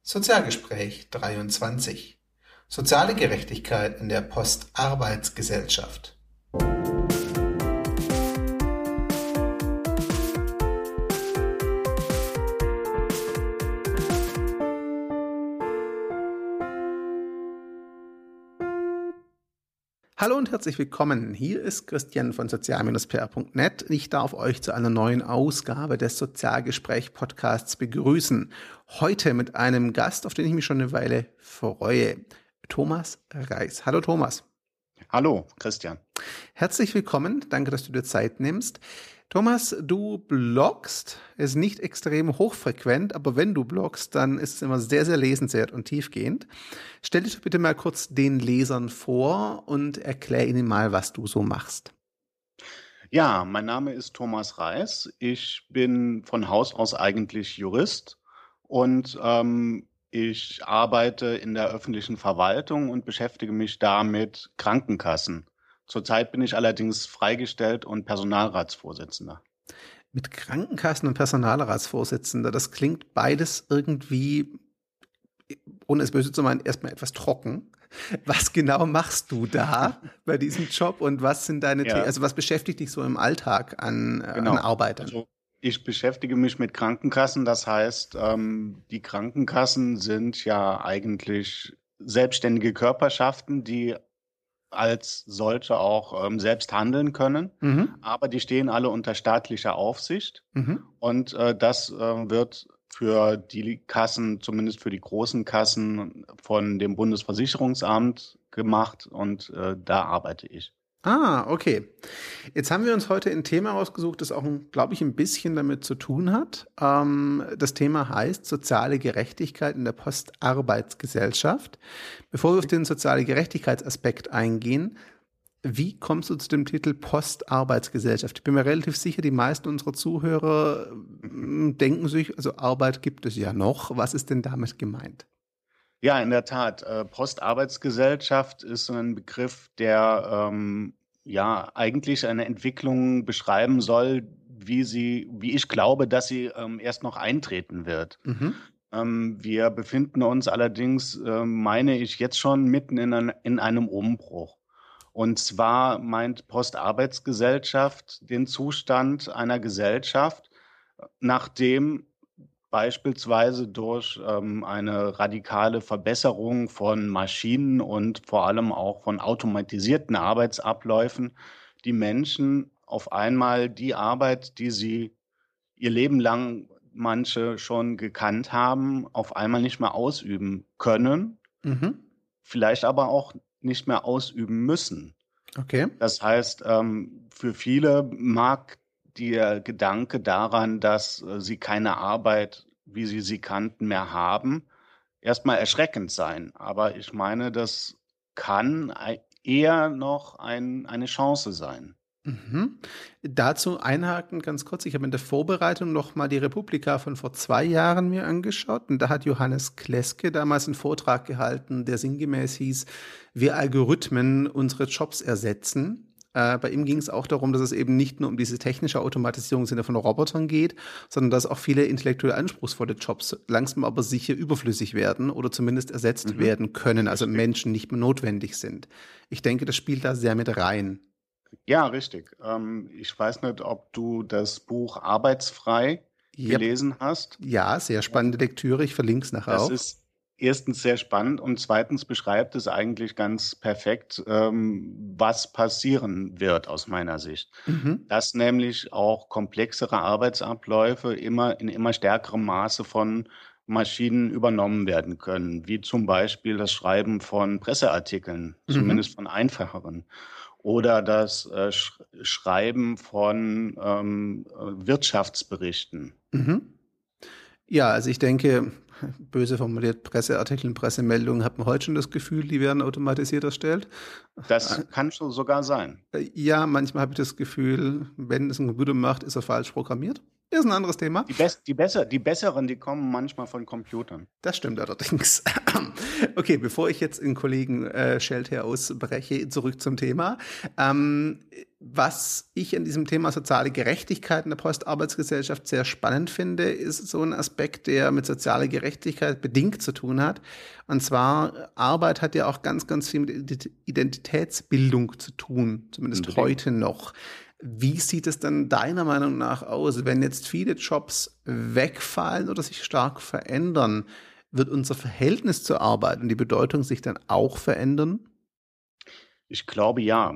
Sozialgespräch 23. Soziale Gerechtigkeit in der Postarbeitsgesellschaft. Hallo und herzlich willkommen. Hier ist Christian von sozial-pr.net. Ich darf euch zu einer neuen Ausgabe des Sozialgespräch-Podcasts begrüßen. Heute mit einem Gast, auf den ich mich schon eine Weile freue. Thomas Reis. Hallo Thomas. Hallo Christian. Herzlich willkommen. Danke, dass du dir Zeit nimmst. Thomas, du bloggst, ist nicht extrem hochfrequent, aber wenn du bloggst, dann ist es immer sehr, sehr lesenswert und tiefgehend. Stell dich bitte mal kurz den Lesern vor und erklär ihnen mal, was du so machst. Ja, mein Name ist Thomas Reis. Ich bin von Haus aus eigentlich Jurist und ich arbeite in der öffentlichen Verwaltung und beschäftige mich da mit Krankenkassen. Zurzeit bin ich allerdings freigestellt und Personalratsvorsitzender. Mit Krankenkassen und Personalratsvorsitzender, das klingt beides irgendwie, ohne es böse zu meinen, erstmal etwas trocken. Was genau machst du da bei diesem Job und was sind deine Themen? Also was beschäftigt dich so im Alltag an Arbeitern? Also ich beschäftige mich mit Krankenkassen, das heißt, die Krankenkassen sind ja eigentlich selbstständige Körperschaften, die als solche auch selbst handeln können, aber die stehen alle unter staatlicher Aufsicht und das wird für die Kassen, zumindest für die großen Kassen, von dem Bundesversicherungsamt gemacht und da arbeite ich. Ah, okay. Jetzt haben wir uns heute ein Thema rausgesucht, das auch, glaube ich, ein bisschen damit zu tun hat. Das Thema heißt soziale Gerechtigkeit in der Postarbeitsgesellschaft. Bevor wir auf den soziale Gerechtigkeitsaspekt eingehen, wie kommst du zu dem Titel Postarbeitsgesellschaft? Ich bin mir relativ sicher, die meisten unserer Zuhörer denken sich, also Arbeit gibt es ja noch. Was ist denn damit gemeint? Ja, in der Tat. Postarbeitsgesellschaft ist so ein Begriff, der ja eigentlich eine Entwicklung beschreiben soll, wie ich glaube, dass sie erst noch eintreten wird. Wir befinden uns allerdings, meine ich, jetzt schon mitten in einem Umbruch. Und zwar meint Postarbeitsgesellschaft den Zustand einer Gesellschaft, nachdem beispielsweise durch eine radikale Verbesserung von Maschinen und vor allem auch von automatisierten Arbeitsabläufen die Menschen auf einmal die Arbeit, die sie ihr Leben lang manche schon gekannt haben, auf einmal nicht mehr ausüben können, vielleicht aber auch nicht mehr ausüben müssen. Okay. Das heißt, für viele mag der Gedanke daran, dass sie keine Arbeit, wie sie kannten, mehr haben, erstmal erschreckend sein. Aber ich meine, das kann eher noch eine Chance sein. Dazu einhaken ganz kurz. Ich habe in der Vorbereitung noch mal die Republika von vor 2 Jahren mir angeschaut und da hat Johannes Kleske damals einen Vortrag gehalten, der sinngemäß hieß, wir Algorithmen unsere Jobs ersetzen. Bei ihm ging es auch darum, dass es eben nicht nur um diese technische Automatisierung im Sinne von Robotern geht, sondern dass auch viele intellektuell anspruchsvolle Jobs langsam aber sicher überflüssig werden oder zumindest ersetzt werden können, also Menschen nicht mehr notwendig sind. Ich denke, das spielt da sehr mit rein. Ja, richtig. Ich weiß nicht, ob du das Buch Arbeitsfrei gelesen hast. Ja, sehr spannende Lektüre. Ich verlinke es nachher auch. Das ist erstens sehr spannend und zweitens beschreibt es eigentlich ganz perfekt, was passieren wird aus meiner Sicht. Dass nämlich auch komplexere Arbeitsabläufe in immer stärkerem Maße von Maschinen übernommen werden können, wie zum Beispiel das Schreiben von Presseartikeln, zumindest von einfacheren. Oder das Schreiben von Wirtschaftsberichten. Ja, also ich denke, böse formuliert, Presseartikel, Pressemeldungen hat man heute schon das Gefühl, die werden automatisiert erstellt. Das kann schon sogar sein. Ja, manchmal habe ich das Gefühl, wenn es ein Computer macht, ist er falsch programmiert. Ist ein anderes Thema. Die besseren, die kommen manchmal von Computern. Das stimmt allerdings. Okay, bevor ich jetzt in Kollegen Schelte ausbreche, zurück zum Thema. Was ich an diesem Thema soziale Gerechtigkeit in der Postarbeitsgesellschaft sehr spannend finde, ist so ein Aspekt, der mit sozialer Gerechtigkeit bedingt zu tun hat. Und zwar, Arbeit hat ja auch ganz, ganz viel mit Identitätsbildung zu tun, zumindest Unbedingt. heute noch. Wie sieht es dann deiner Meinung nach aus, wenn jetzt viele Jobs wegfallen oder sich stark verändern? Wird unser Verhältnis zur Arbeit und die Bedeutung sich dann auch verändern? Ich glaube ja.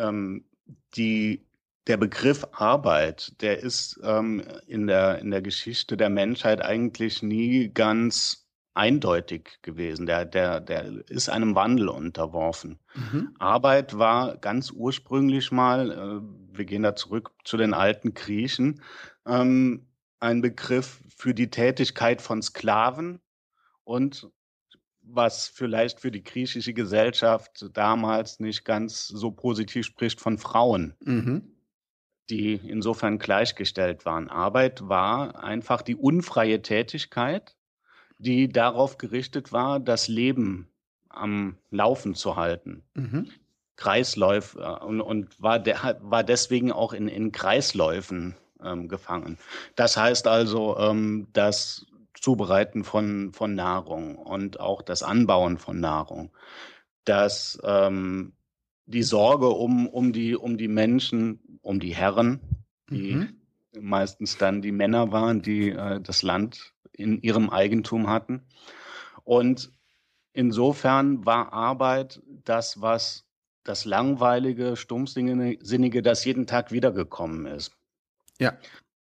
Der Begriff Arbeit, der ist in der Geschichte der Menschheit eigentlich nie ganz eindeutig gewesen. Der ist einem Wandel unterworfen. Mhm. Arbeit war ganz ursprünglich mal, wir gehen da zurück zu den alten Griechen, ein Begriff für die Tätigkeit von Sklaven und was vielleicht für die griechische Gesellschaft damals nicht ganz so positiv spricht, von Frauen, Mhm. die insofern gleichgestellt waren. Arbeit war einfach die unfreie Tätigkeit, die darauf gerichtet war, das Leben am Laufen zu halten. Mhm. Kreisläufe und war deswegen auch in Kreisläufen gefangen. Das heißt also, das Zubereiten von Nahrung und auch das Anbauen von Nahrung, dass die Sorge um die Menschen, um die Herren, die Mhm. meistens dann die Männer waren, die das Land in ihrem Eigentum hatten. Und insofern war Arbeit das Langweilige, Stumpfsinnige, das jeden Tag wiedergekommen ist. Ja.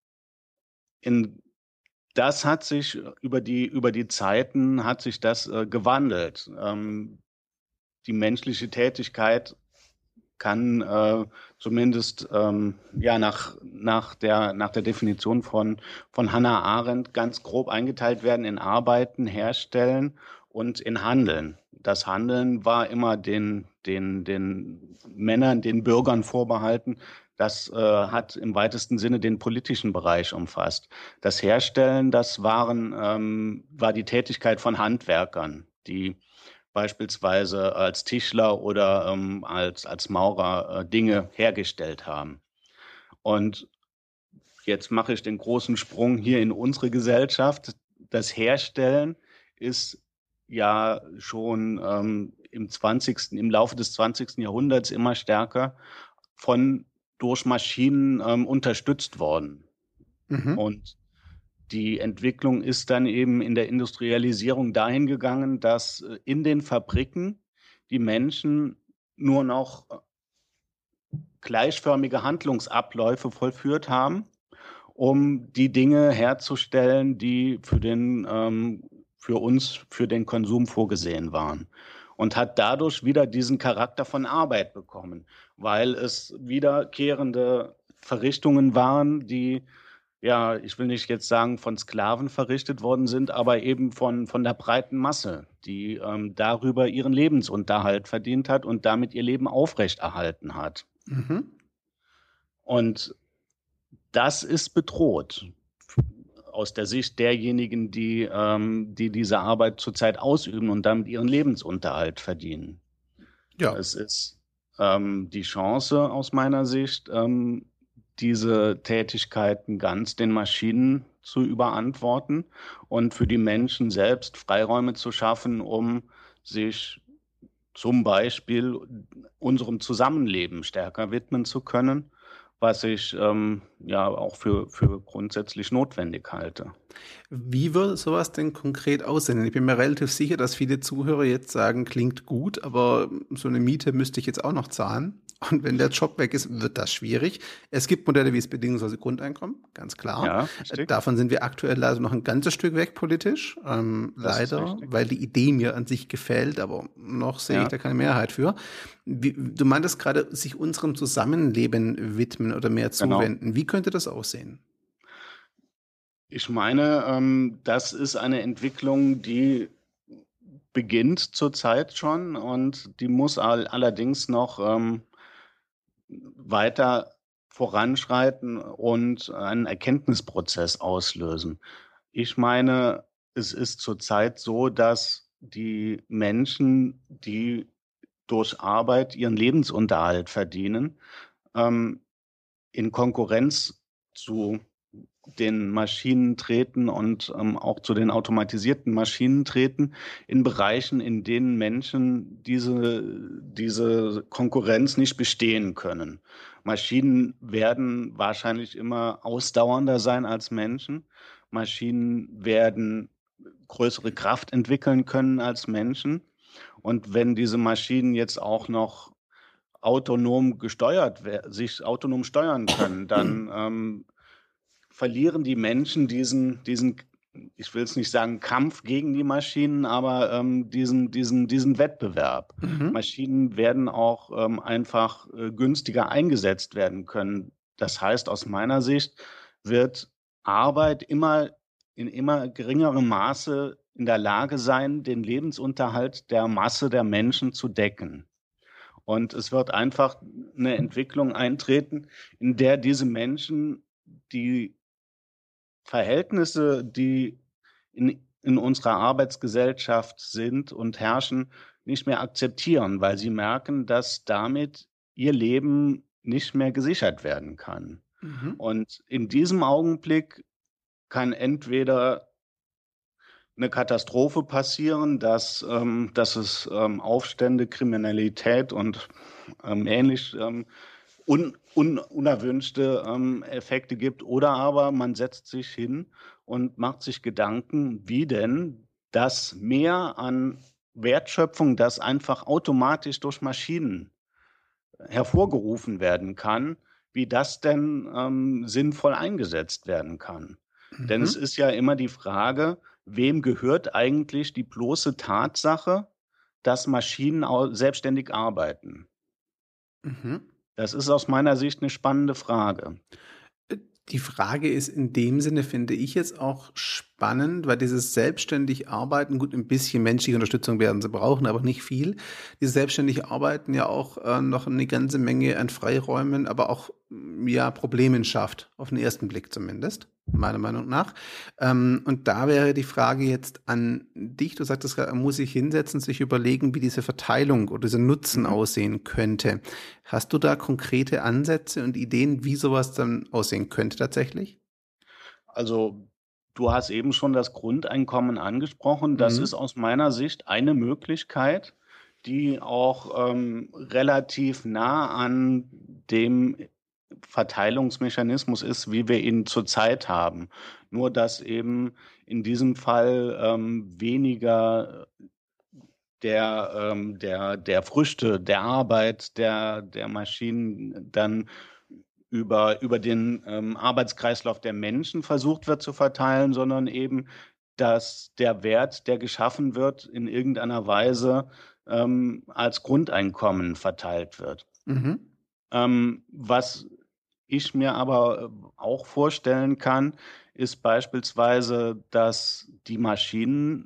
Das hat sich über die Zeiten hat sich das gewandelt. Die menschliche Tätigkeit kann zumindest ja nach der Definition von Hannah Arendt ganz grob eingeteilt werden in Arbeiten, Herstellen und in Handeln. Das Handeln war immer den Männern, den Bürgern vorbehalten. Das hat im weitesten Sinne den politischen Bereich umfasst. Das Herstellen, war die Tätigkeit von Handwerkern, die beispielsweise als Tischler oder als Maurer Dinge hergestellt haben. Und jetzt mache ich den großen Sprung hier in unsere Gesellschaft. Das Herstellen ist ja schon im Laufe des 20. Jahrhunderts immer stärker durch Maschinen unterstützt worden. Mhm. Und die Entwicklung ist dann eben in der Industrialisierung dahin gegangen, dass in den Fabriken die Menschen nur noch gleichförmige Handlungsabläufe vollführt haben, um die Dinge herzustellen, die für den Konsum vorgesehen waren. Und hat dadurch wieder diesen Charakter von Arbeit bekommen, weil es wiederkehrende Verrichtungen waren, die, ja, ich will nicht jetzt sagen, von Sklaven verrichtet worden sind, aber eben von der breiten Masse, die darüber ihren Lebensunterhalt verdient hat und damit ihr Leben aufrechterhalten hat. Mhm. Und das ist bedroht aus der Sicht derjenigen, die diese Arbeit zurzeit ausüben und damit ihren Lebensunterhalt verdienen. Ja. Es ist die Chance aus meiner Sicht, diese Tätigkeiten ganz den Maschinen zu überantworten und für die Menschen selbst Freiräume zu schaffen, um sich zum Beispiel unserem Zusammenleben stärker widmen zu können, was ich ja auch für grundsätzlich notwendig halte. Wie würde sowas denn konkret aussehen? Ich bin mir relativ sicher, dass viele Zuhörer jetzt sagen, klingt gut, aber so eine Miete müsste ich jetzt auch noch zahlen. Und wenn der Job weg ist, wird das schwierig. Es gibt Modelle wie das bedingungslose Grundeinkommen, ganz klar. Ja, richtig. Davon sind wir aktuell leider noch ein ganzes Stück weg politisch. Das ist Leider, richtig. weil die Idee mir an sich gefällt, aber noch sehe ich Ja. da keine Mehrheit für. Du meintest gerade, sich unserem Zusammenleben widmen oder mehr Genau. zuwenden. Wie könnte das aussehen? Ich meine, das ist eine Entwicklung, die beginnt zurzeit schon und die muss allerdings noch weiter voranschreiten und einen Erkenntnisprozess auslösen. Ich meine, es ist zurzeit so, dass die Menschen, die durch Arbeit ihren Lebensunterhalt verdienen, ähm, in Konkurrenz zu den Maschinen treten und auch zu den automatisierten Maschinen treten, in Bereichen, in denen Menschen diese Konkurrenz nicht bestehen können. Maschinen werden wahrscheinlich immer ausdauernder sein als Menschen. Maschinen werden größere Kraft entwickeln können als Menschen. Und wenn diese Maschinen jetzt auch noch sich autonom steuern können, dann verlieren die Menschen diesen, ich will es nicht sagen Kampf gegen die Maschinen, aber diesen Wettbewerb. Mhm. Maschinen werden auch einfach günstiger eingesetzt werden können. Das heißt, aus meiner Sicht wird Arbeit in immer geringerem Maße in der Lage sein, den Lebensunterhalt der Masse der Menschen zu decken. Und es wird einfach eine Entwicklung eintreten, in der diese Menschen die Verhältnisse, die in unserer Arbeitsgesellschaft sind und herrschen, nicht mehr akzeptieren, weil sie merken, dass damit ihr Leben nicht mehr gesichert werden kann. Mhm. Und in diesem Augenblick kann entweder eine Katastrophe passieren, dass es Aufstände, Kriminalität und ähnlich unerwünschte Effekte gibt. Oder aber man setzt sich hin und macht sich Gedanken, wie denn das Mehr an Wertschöpfung, das einfach automatisch durch Maschinen hervorgerufen werden kann, wie das denn sinnvoll eingesetzt werden kann. Denn es Mhm. ist ja immer die Frage, wem gehört eigentlich die bloße Tatsache, dass Maschinen selbstständig arbeiten? Mhm. Das ist aus meiner Sicht eine spannende Frage. Die Frage ist in dem Sinne, finde ich jetzt auch spannend, weil dieses selbstständig Arbeiten, gut, ein bisschen menschliche Unterstützung werden sie brauchen, aber nicht viel. Dieses selbstständig Arbeiten ja auch noch eine ganze Menge an Freiräumen, aber auch ja Problemen schafft, auf den ersten Blick zumindest, meiner Meinung nach. Und da wäre die Frage jetzt an dich, du sagtest gerade, man muss sich hinsetzen, sich überlegen, wie diese Verteilung oder dieser Nutzen Mhm. aussehen könnte. Hast du da konkrete Ansätze und Ideen, wie sowas dann aussehen könnte tatsächlich? Also, du hast eben schon das Grundeinkommen angesprochen. Das Mhm. ist aus meiner Sicht eine Möglichkeit, die auch relativ nah an dem Verteilungsmechanismus ist, wie wir ihn zurzeit haben. Nur dass eben in diesem Fall weniger der Früchte, der Arbeit der Maschinen dann über den Arbeitskreislauf der Menschen versucht wird zu verteilen, sondern eben, dass der Wert, der geschaffen wird, in irgendeiner Weise als Grundeinkommen verteilt wird. Mhm. Was ich mir aber auch vorstellen kann, ist beispielsweise, dass die Maschinen,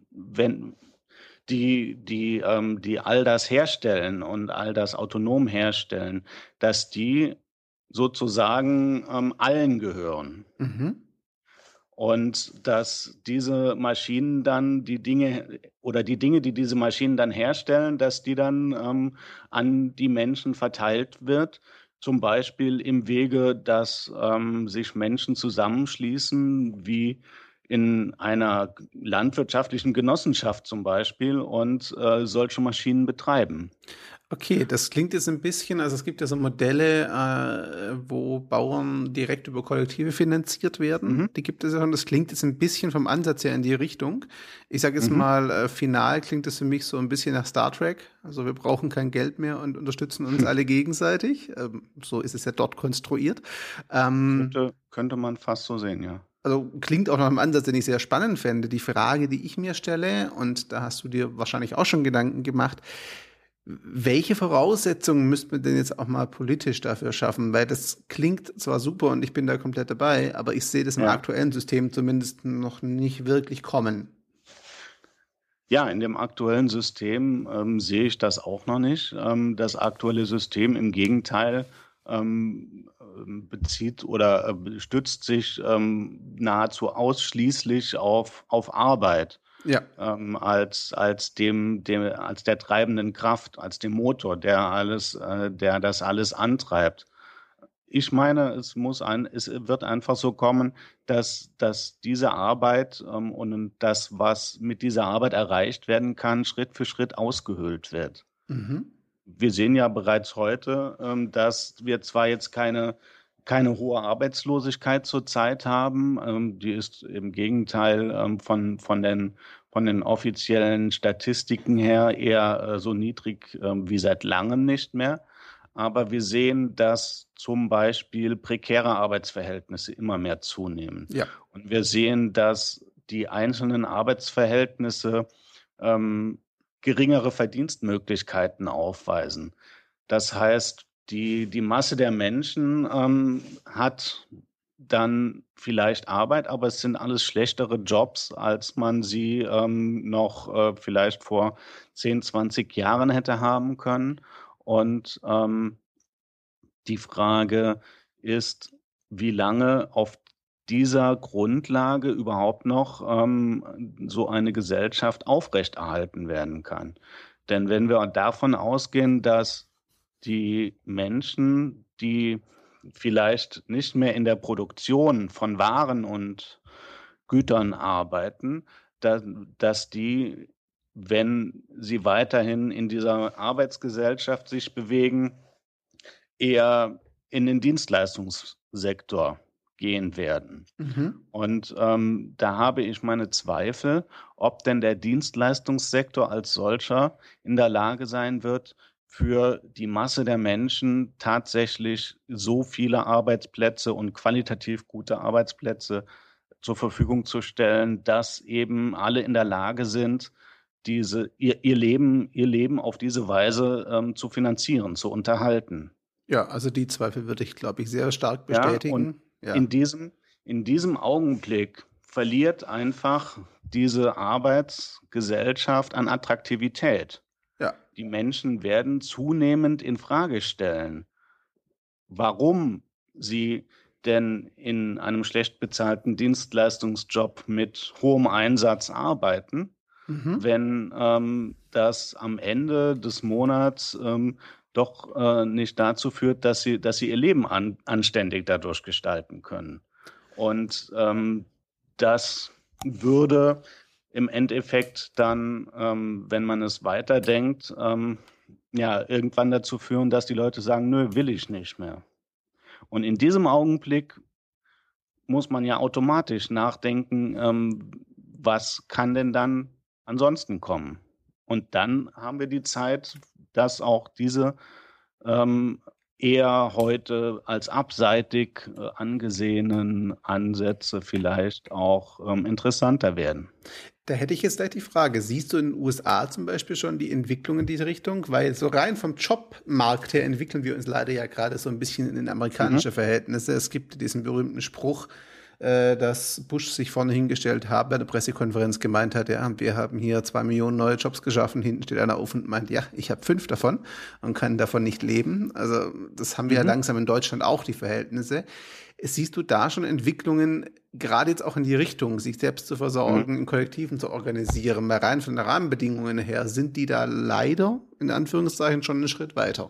die all das herstellen und all das autonom herstellen, dass die sozusagen allen gehören. Mhm. Und dass diese Maschinen dann die Dinge, die diese Maschinen dann herstellen, dass die dann an die Menschen verteilt wird. Zum Beispiel im Wege, dass sich Menschen zusammenschließen, wie in einer landwirtschaftlichen Genossenschaft zum Beispiel, und solche Maschinen betreiben. Okay, das klingt jetzt ein bisschen, also es gibt ja so Modelle, wo Bauern direkt über Kollektive finanziert werden. Mhm, Die gibt es ja schon. Das klingt jetzt ein bisschen vom Ansatz her in die Richtung. Ich sage jetzt mhm. mal, final klingt es für mich so ein bisschen nach Star Trek. Also wir brauchen kein Geld mehr und unterstützen uns alle gegenseitig. So ist es ja dort konstruiert. Ähm, Könnte man fast so sehen, ja. Also klingt auch nach einem Ansatz, den ich sehr spannend fände. Die Frage, die ich mir stelle, und da hast du dir wahrscheinlich auch schon Gedanken gemacht, welche Voraussetzungen müsste man denn jetzt auch mal politisch dafür schaffen? Weil das klingt zwar super und ich bin da komplett dabei, aber ich sehe das im Ja. aktuellen System zumindest noch nicht wirklich kommen. Ja, in dem aktuellen System sehe ich das auch noch nicht. Das aktuelle System im Gegenteil ähm, bezieht oder stützt sich nahezu ausschließlich auf Arbeit Ja. als der treibenden Kraft, als dem Motor, der das alles antreibt. Ich meine, es wird einfach so kommen, dass diese Arbeit und das, was mit dieser Arbeit erreicht werden kann, Schritt für Schritt ausgehöhlt wird. Mhm. Wir sehen ja bereits heute, dass wir zwar jetzt keine hohe Arbeitslosigkeit zurzeit haben, die ist im Gegenteil von den offiziellen Statistiken her eher so niedrig wie seit langem nicht mehr. Aber wir sehen, dass zum Beispiel prekäre Arbeitsverhältnisse immer mehr zunehmen. Ja. Und wir sehen, dass die einzelnen Arbeitsverhältnisse geringere Verdienstmöglichkeiten aufweisen. Das heißt, die Masse der Menschen hat dann vielleicht Arbeit, aber es sind alles schlechtere Jobs, als man sie noch vielleicht vor 10, 20 Jahren hätte haben können. Und die Frage ist, wie lange auf dieser Grundlage überhaupt noch so eine Gesellschaft aufrechterhalten werden kann. Denn wenn wir davon ausgehen, dass die Menschen, die vielleicht nicht mehr in der Produktion von Waren und Gütern arbeiten, dass die, wenn sie weiterhin in dieser Arbeitsgesellschaft sich bewegen, eher in den Dienstleistungssektor gehen werden. Mhm. Und da habe ich meine Zweifel, ob denn der Dienstleistungssektor als solcher in der Lage sein wird, für die Masse der Menschen tatsächlich so viele Arbeitsplätze und qualitativ gute Arbeitsplätze zur Verfügung zu stellen, dass eben alle in der Lage sind, ihr Leben auf diese Weise zu finanzieren, zu unterhalten. Ja, also die Zweifel würde ich, glaube ich, sehr stark Ja, und bestätigen. Ja. in diesem Augenblick verliert einfach diese Arbeitsgesellschaft an Attraktivität. Ja. Die Menschen werden zunehmend in Frage stellen, warum sie denn in einem schlecht bezahlten Dienstleistungsjob mit hohem Einsatz arbeiten, Mhm. wenn das am Ende des Monats doch nicht dazu führt, dass sie ihr Leben anständig dadurch gestalten können. Und das würde im Endeffekt dann, wenn man es weiterdenkt, ja, irgendwann dazu führen, dass die Leute sagen, nö, will ich nicht mehr. Und in diesem Augenblick muss man ja automatisch nachdenken, was kann denn dann ansonsten kommen? Und dann haben wir die Zeit, dass auch diese eher heute als abseitig angesehenen Ansätze vielleicht auch interessanter werden. Da hätte ich jetzt gleich die Frage, siehst du in den USA zum Beispiel schon die Entwicklung in diese Richtung? Weil so rein vom Jobmarkt her entwickeln wir uns leider ja gerade so ein bisschen in amerikanische Verhältnisse. Es gibt diesen berühmten Spruch, dass Bush sich vorne hingestellt hat, bei der Pressekonferenz gemeint hat, ja, wir haben hier 2 Millionen neue Jobs geschaffen. Hinten steht einer auf und meint, ja, ich habe 5 davon und kann davon nicht leben. Also das haben wir ja langsam in Deutschland auch, die Verhältnisse. Siehst du da schon Entwicklungen, gerade jetzt auch in die Richtung, sich selbst zu versorgen, in Kollektiven zu organisieren, mal rein von den Rahmenbedingungen her, sind die da leider, in Anführungszeichen, schon einen Schritt weiter?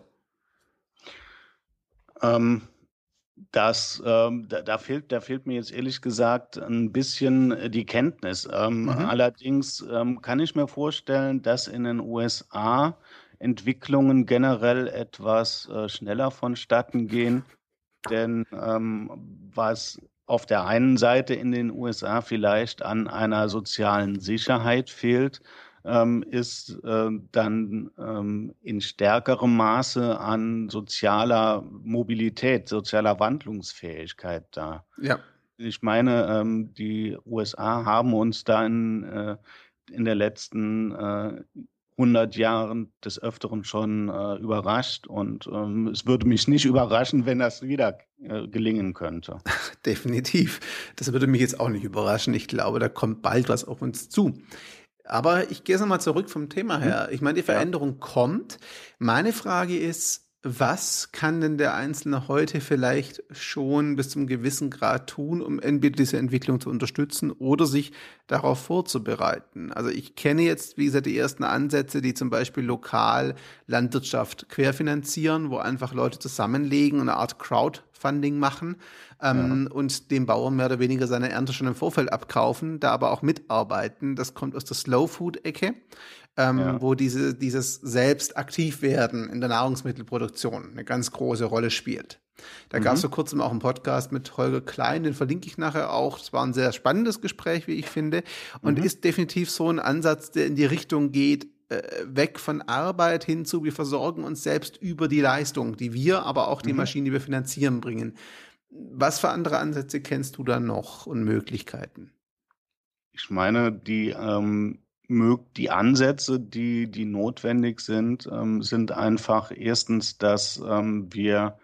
Da fehlt mir jetzt ehrlich gesagt ein bisschen die Kenntnis. Allerdings kann ich mir vorstellen, dass in den USA Entwicklungen generell etwas schneller vonstatten gehen. Denn was auf der einen Seite in den USA vielleicht an einer sozialen Sicherheit fehlt, ist dann in stärkerem Maße an sozialer Mobilität, sozialer Wandlungsfähigkeit da. Ja. Ich meine, die USA haben uns da in der letzten 100 Jahren des Öfteren schon überrascht und es würde mich nicht überraschen, wenn das wieder gelingen könnte. Definitiv. Das würde mich jetzt auch nicht überraschen. Ich glaube, da kommt bald was auf uns zu. Aber ich gehe jetzt nochmal zurück vom Thema her. Ich meine, die Veränderung kommt. Meine Frage ist, Was kann denn der Einzelne heute vielleicht schon bis zum gewissen Grad tun, um entweder diese Entwicklung zu unterstützen oder sich darauf vorzubereiten? Also ich kenne jetzt, wie gesagt, die ersten Ansätze, die zum Beispiel lokal Landwirtschaft querfinanzieren, wo einfach Leute zusammenlegen und eine Art Crowdfunding machen, Ja, und dem Bauern mehr oder weniger seine Ernte schon im Vorfeld abkaufen, da aber auch mitarbeiten. Das kommt aus der Slow Food Ecke, ja. wo dieses selbst aktiv werden in der Nahrungsmittelproduktion eine ganz große Rolle spielt. Da gab es Mhm. vor kurzem auch einen Podcast mit Holger Klein, den verlinke ich nachher auch. Es war ein sehr spannendes Gespräch, wie ich finde, und Mhm. ist definitiv so ein Ansatz, der in die Richtung geht, weg von Arbeit hin zu, wir versorgen uns selbst über die Leistung, die wir, aber auch die Mhm. Maschinen, die wir finanzieren, bringen. Was für andere Ansätze kennst du da noch und Möglichkeiten? Ich meine, die Ansätze, die notwendig sind, sind einfach erstens, dass wir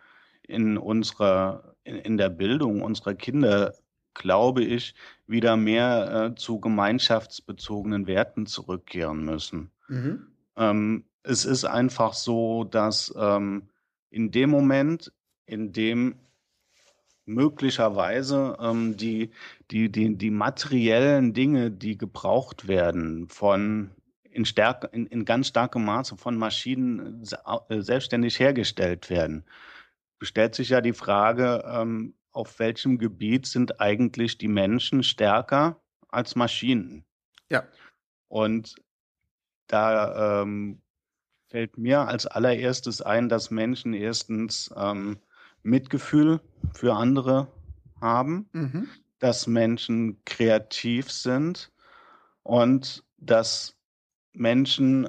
in der Bildung unserer Kinder, glaube ich, wieder mehr zu gemeinschaftsbezogenen Werten zurückkehren müssen. Mhm. Es ist einfach so, dass in dem Moment, in dem möglicherweise die materiellen Dinge, die gebraucht werden, in ganz starkem Maße von Maschinen selbstständig hergestellt werden, stellt sich ja die Frage, auf welchem Gebiet sind eigentlich die Menschen stärker als Maschinen? Ja. Und da fällt mir als allererstes ein, dass Menschen erstens Mitgefühl für andere haben, Mhm. dass Menschen kreativ sind und dass Menschen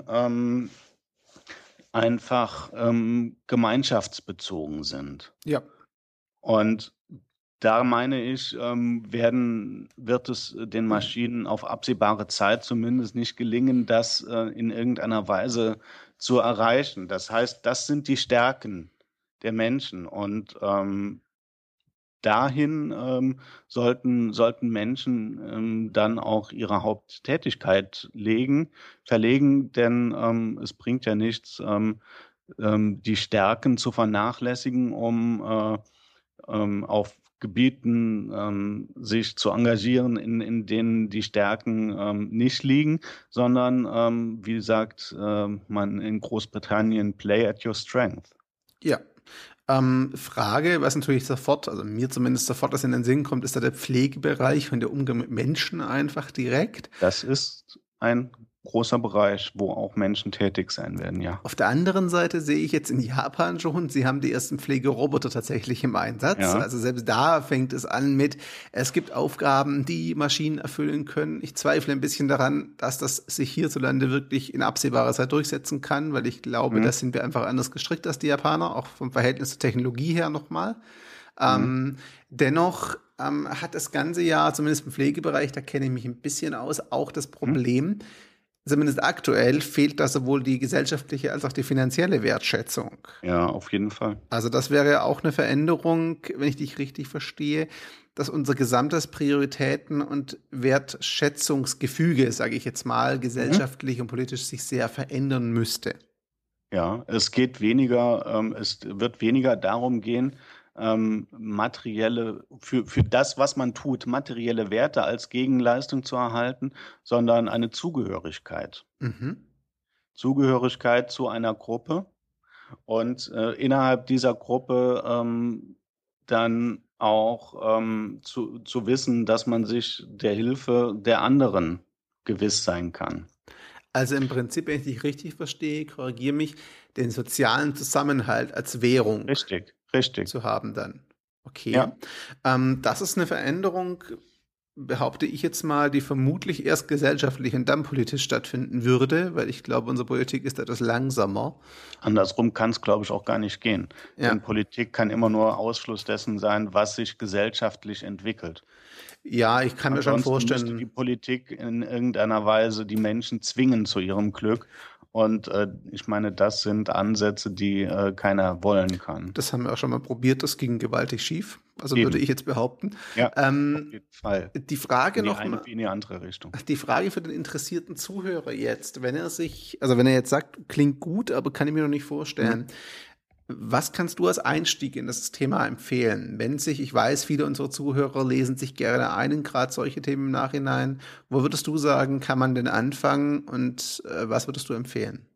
einfach gemeinschaftsbezogen sind. Ja. Und da meine ich, wird es den Maschinen auf absehbare Zeit zumindest nicht gelingen, das in irgendeiner Weise zu erreichen. Das heißt, das sind die Stärken der Menschen. Und dahin sollten Menschen dann auch ihre Haupttätigkeit verlegen, denn es bringt ja nichts, die Stärken zu vernachlässigen, um auf Gebieten sich zu engagieren, in denen die Stärken nicht liegen, sondern, wie sagt man in Großbritannien, play at your strength. Ja. Frage, was natürlich sofort, also mir zumindest sofort was in den Sinn kommt, ist da der Pflegebereich und der Umgang mit Menschen einfach direkt. Das ist ein großer Bereich, wo auch Menschen tätig sein werden, ja. Auf der anderen Seite sehe ich jetzt in Japan schon, sie haben die ersten Pflegeroboter tatsächlich im Einsatz. Ja. Also selbst da fängt es an mit, es gibt Aufgaben, die Maschinen erfüllen können. Ich zweifle ein bisschen daran, dass das sich hierzulande wirklich in absehbarer Zeit durchsetzen kann, weil ich glaube, da Mhm. sind wir einfach anders gestrickt als die Japaner, auch vom Verhältnis zur Technologie her nochmal. Mhm. Dennoch hat das ganze Jahr, zumindest im Pflegebereich, da kenne ich mich ein bisschen aus, auch das Mhm. Problem, zumindest aktuell fehlt da sowohl die gesellschaftliche als auch die finanzielle Wertschätzung. Ja, auf jeden Fall. Also das wäre auch eine Veränderung, wenn ich dich richtig verstehe, dass unser gesamtes Prioritäten- und Wertschätzungsgefüge, sage ich jetzt mal, Mhm. gesellschaftlich und politisch sich sehr verändern müsste. Ja, es wird weniger darum gehen, für das, was man tut, materielle Werte als Gegenleistung zu erhalten, sondern eine Zugehörigkeit. Mhm. Zugehörigkeit zu einer Gruppe und innerhalb dieser Gruppe dann auch zu wissen, dass man sich der Hilfe der anderen gewiss sein kann. Also im Prinzip, wenn ich dich richtig verstehe, korrigiere mich, den sozialen Zusammenhalt als Währung Richtig, richtig. zu haben dann. Okay. Ja. Das ist eine Veränderung, behaupte ich jetzt mal, die vermutlich erst gesellschaftlich und dann politisch stattfinden würde, weil ich glaube, unsere Politik ist etwas langsamer. Andersrum kann es, glaube ich, auch gar nicht gehen. Ja, Denn Politik kann immer nur Ausfluss dessen sein, was sich gesellschaftlich entwickelt. ja, ich kann mir schon Ansonsten müsste die vorstellen, Politik in irgendeiner Weise die Menschen zwingen zu ihrem Glück. Und ich meine, das sind Ansätze, die keiner wollen kann. das haben wir auch schon mal probiert, das ging gewaltig schief. Also würde Eben. ich jetzt behaupten. Ja, auf Ähm, jeden Fall. die Frage In die noch eine mal, wie in die andere Richtung. die Frage für den interessierten Zuhörer jetzt, wenn er sich, also wenn er jetzt sagt, klingt gut, aber kann ich mir noch nicht Hm? vorstellen. Was kannst du als Einstieg in das Thema empfehlen? Wenn sich, ich weiß, viele unserer Zuhörer lesen sich gerne ein, gerade solche Themen im Nachhinein. Wo würdest du sagen, kann man denn anfangen und was würdest du empfehlen?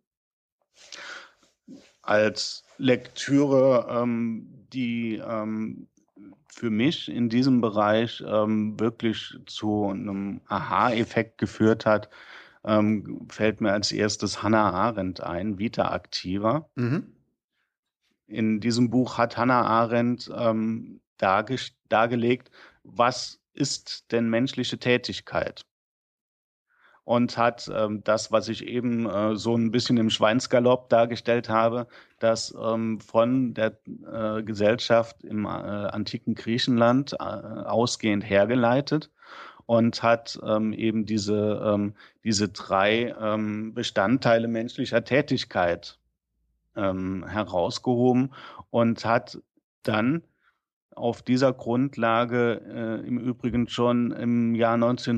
Als Lektüre, die für mich in diesem Bereich wirklich zu einem Aha-Effekt geführt hat, fällt mir als erstes Hannah Arendt ein, Vita Activa. Mhm. In diesem Buch hat Hannah Arendt dargelegt, was ist denn menschliche Tätigkeit? Und hat das, was ich eben so ein bisschen im Schweinsgalopp dargestellt habe, das von der Gesellschaft im antiken Griechenland ausgehend hergeleitet und hat eben diese drei Bestandteile menschlicher Tätigkeit herausgehoben und hat dann auf dieser Grundlage im Übrigen schon im Jahr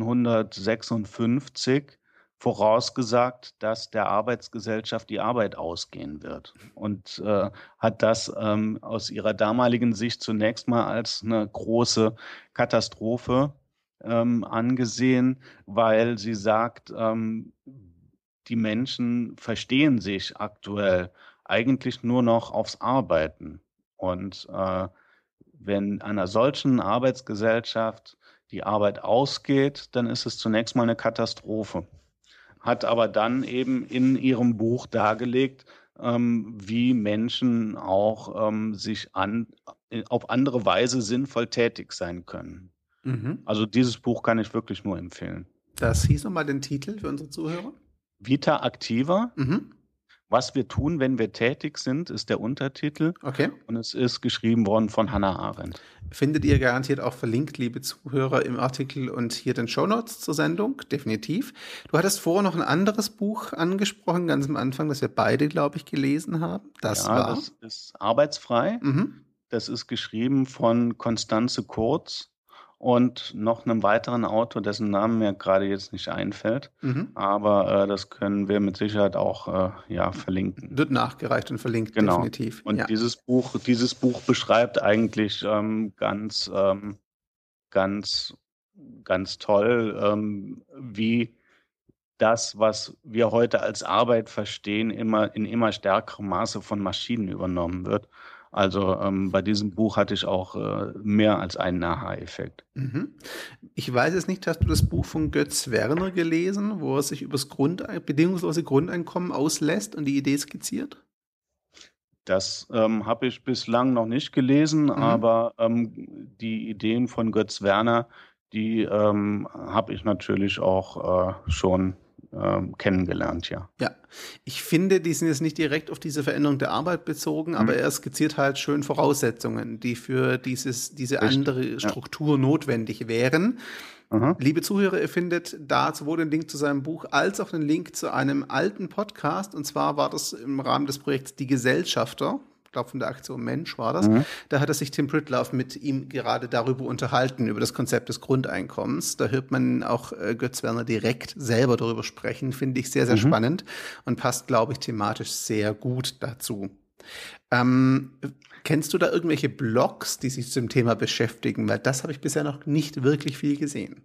1956 vorausgesagt, dass der Arbeitsgesellschaft die Arbeit ausgehen wird und hat das aus ihrer damaligen Sicht zunächst mal als eine große Katastrophe angesehen, weil sie sagt, die Menschen verstehen sich aktuell eigentlich nur noch aufs Arbeiten. Und wenn einer solchen Arbeitsgesellschaft die Arbeit ausgeht, dann ist es zunächst mal eine Katastrophe. Hat aber dann eben in ihrem Buch dargelegt, wie Menschen auch auf andere Weise sinnvoll tätig sein können. Mhm. Also dieses Buch kann ich wirklich nur empfehlen. Das hieß nochmal den Titel für unsere Zuhörer. Vita Activa. Mhm. Was wir tun, wenn wir tätig sind, ist der Untertitel. Okay. Und es ist geschrieben worden von Hannah Arendt. Findet ihr garantiert auch verlinkt, liebe Zuhörer, im Artikel und hier den Shownotes zur Sendung, definitiv. Du hattest vorher noch ein anderes Buch angesprochen, ganz am Anfang, das wir beide, glaube ich, gelesen haben. Das war? Das ist Arbeitsfrei. Mhm. Das ist geschrieben von Constanze Kurz und noch einem weiteren Autor, dessen Namen mir gerade jetzt nicht einfällt. Mhm. Aber das können wir mit Sicherheit auch verlinken. Wird nachgereicht und verlinkt, Genau. definitiv. Und ja. dieses Buch beschreibt eigentlich ganz toll, wie das, was wir heute als Arbeit verstehen, in immer stärkerem Maße von Maschinen übernommen wird. Also bei diesem Buch hatte ich auch mehr als einen Aha-Effekt. Mhm. Ich weiß es nicht, hast du das Buch von Götz Werner gelesen, wo er sich über das bedingungslose Grundeinkommen auslässt und die Idee skizziert? Das habe ich bislang noch nicht gelesen, aber die Ideen von Götz Werner, die habe ich natürlich auch schon kennengelernt, ja. Ja, ich finde, die sind jetzt nicht direkt auf diese Veränderung der Arbeit bezogen, aber er skizziert halt schön Voraussetzungen, die für diese andere Struktur notwendig wären. Aha. Liebe Zuhörer, ihr findet da sowohl den Link zu seinem Buch als auch den Link zu einem alten Podcast. Und zwar war das im Rahmen des Projekts Die Gesellschafter. Ich glaube, von der Aktion Mensch war das. Da hat sich Tim Pritlove mit ihm gerade darüber unterhalten, über das Konzept des Grundeinkommens. Da hört man auch Götz Werner direkt selber darüber sprechen. Finde ich sehr, sehr spannend und passt, glaube ich, thematisch sehr gut dazu. Kennst du da irgendwelche Blogs, die sich zu dem Thema beschäftigen? Weil das habe ich bisher noch nicht wirklich viel gesehen.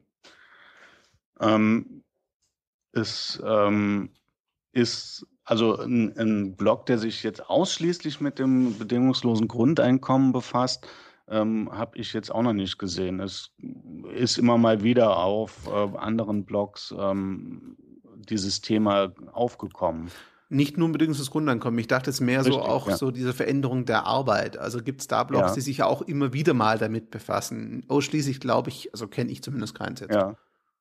Es ist also ein Blog, der sich jetzt ausschließlich mit dem bedingungslosen Grundeinkommen befasst, habe ich jetzt auch noch nicht gesehen. Es ist immer mal wieder auf anderen Blogs dieses Thema aufgekommen. Nicht nur unbedingt das Grundeinkommen. Ich dachte jetzt mehr Richtig, so auch so diese Veränderung der Arbeit. Also gibt es da Blogs, die sich ja auch immer wieder mal damit befassen. Ausschließlich glaube ich, also kenne ich zumindest keins jetzt. Ja.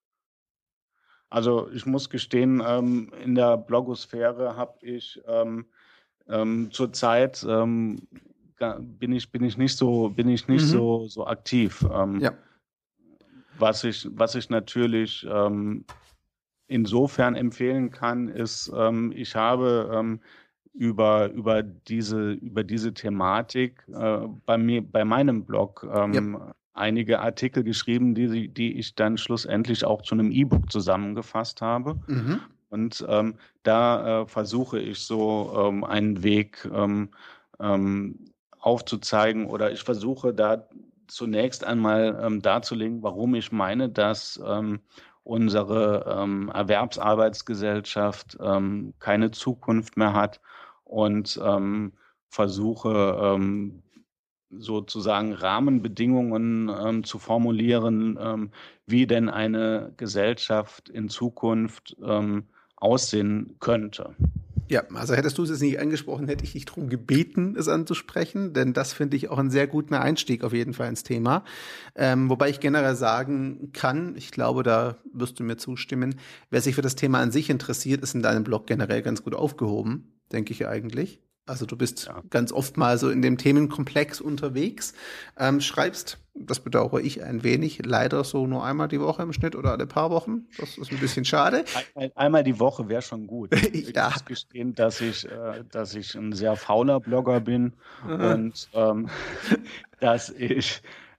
Also ich muss gestehen, in der Blogosphäre habe ich zurzeit bin ich nicht so aktiv. Ja. Was ich natürlich insofern empfehlen kann, ist, ich habe über diese Thematik bei meinem Blog einige Artikel geschrieben, die ich dann schlussendlich auch zu einem E-Book zusammengefasst habe. Und da versuche ich so einen Weg aufzuzeigen, oder ich versuche da zunächst einmal darzulegen, warum ich meine, dass unsere Erwerbsarbeitsgesellschaft keine Zukunft mehr hat, und versuche sozusagen Rahmenbedingungen zu formulieren, wie denn eine Gesellschaft in Zukunft aussehen könnte. Ja, also hättest du es jetzt nicht angesprochen, hätte ich dich darum gebeten, es anzusprechen, denn das finde ich auch einen sehr guten Einstieg auf jeden Fall ins Thema. Wobei ich generell sagen kann, ich glaube, da wirst du mir zustimmen, wer sich für das Thema an sich interessiert, ist in deinem Blog generell ganz gut aufgehoben, denke ich eigentlich. Also du bist Ja. ganz oft mal so in dem Themenkomplex unterwegs, schreibst, das bedauere ich ein wenig, leider so nur einmal die Woche im Schnitt oder alle paar Wochen. Das ist ein bisschen schade. Einmal die Woche wäre schon gut. Ich Ja. muss gestehen, dass ich ein sehr fauler Blogger bin, und dass ich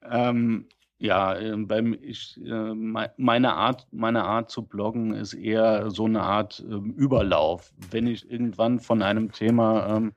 meine Art zu bloggen ist eher so eine Art Überlauf. Wenn ich irgendwann von einem Thema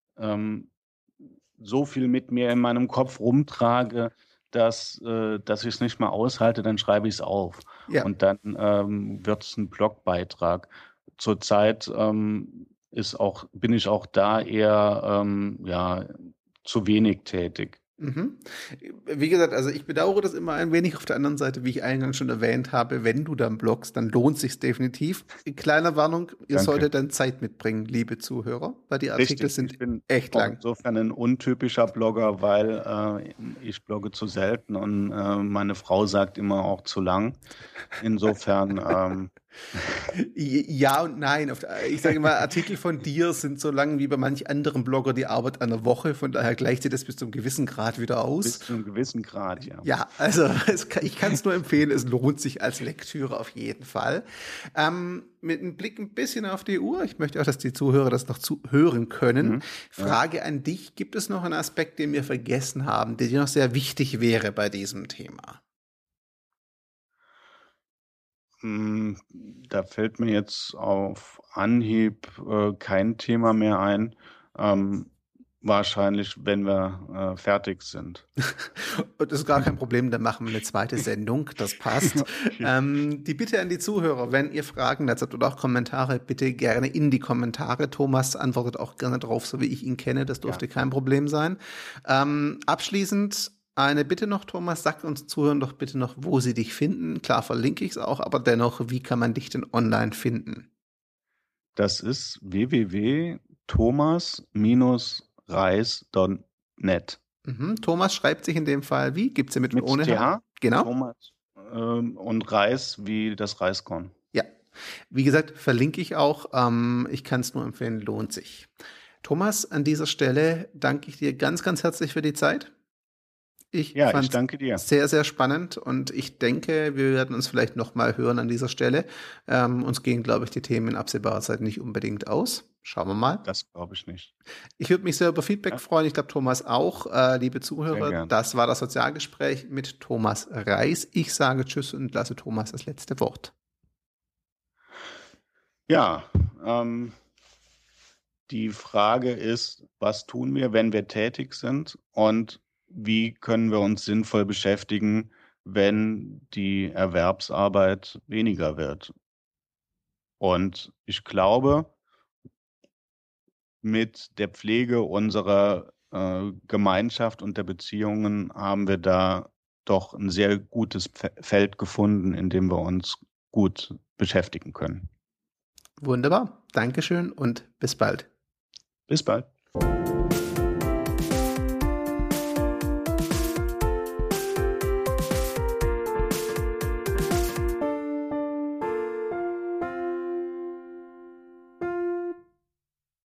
so viel mit mir in meinem Kopf rumtrage, dass ich es nicht mehr aushalte, dann schreibe ich es auf. Ja. Und dann wird es ein Blogbeitrag. Zurzeit bin ich auch da eher zu wenig tätig. Mhm. Wie gesagt, also ich bedauere das immer ein wenig. Auf der anderen Seite, wie ich eingangs schon erwähnt habe, wenn du dann bloggst, dann lohnt sich's definitiv. Kleine Warnung, ihr Danke. solltet dann Zeit mitbringen, liebe Zuhörer, weil die Artikel Richtig, sind ich bin echt lang. insofern ein untypischer Blogger, weil ich blogge zu selten, und meine Frau sagt immer auch zu lang. Insofern Ja und nein. Ich sage mal, Artikel von dir sind so lang wie bei manch anderen Blogger die Arbeit einer Woche. Von daher gleicht sich das bis zu einem gewissen Grad wieder aus. bis zu einem gewissen Grad, ja. Ja, also ich kann es nur empfehlen, es lohnt sich als Lektüre auf jeden Fall. Mit einem Blick ein bisschen auf die Uhr, ich möchte auch, dass die Zuhörer das noch hören können. Frage an dich, gibt es noch einen Aspekt, den wir vergessen haben, der dir noch sehr wichtig wäre bei diesem Thema? Da fällt mir jetzt auf Anhieb kein Thema mehr ein. Wahrscheinlich, wenn wir fertig sind. Das ist gar kein Problem, dann machen wir eine zweite Sendung, das passt. Die Bitte an die Zuhörer, wenn ihr Fragen dazu habt oder auch Kommentare, bitte gerne in die Kommentare. Thomas antwortet auch gerne drauf, so wie ich ihn kenne, das dürfte kein Problem sein. Abschließend eine Bitte noch, Thomas, sag uns Zuhörern doch bitte noch, wo sie dich finden. Klar verlinke ich es auch, aber dennoch, wie kann man dich denn online finden? Das ist www.thomas-reis.net. Thomas schreibt sich in dem Fall wie? Gibt's ja mit und ohne TH? Genau. Thomas und Reis wie das Reiskorn. Ja, wie gesagt, verlinke ich auch. Ich kann es nur empfehlen, lohnt sich. Thomas, an dieser Stelle danke ich dir ganz, ganz herzlich für die Zeit. Ich danke dir. Sehr, sehr spannend, und ich denke, wir werden uns vielleicht noch mal hören an dieser Stelle. Uns gehen, glaube ich, die Themen in absehbarer Zeit nicht unbedingt aus. Schauen wir mal. Das glaube ich nicht. Ich würde mich sehr über Feedback freuen. Ich glaube, Thomas auch. Liebe Zuhörer, das war das Sozialgespräch mit Thomas Reis. Ich sage Tschüss und lasse Thomas das letzte Wort. Ja, die Frage ist, was tun wir, wenn wir tätig sind, und wie können wir uns sinnvoll beschäftigen, wenn die Erwerbsarbeit weniger wird? Und ich glaube, mit der Pflege unserer Gemeinschaft und der Beziehungen haben wir da doch ein sehr gutes Feld gefunden, in dem wir uns gut beschäftigen können. Wunderbar. Dankeschön und bis bald. Bis bald.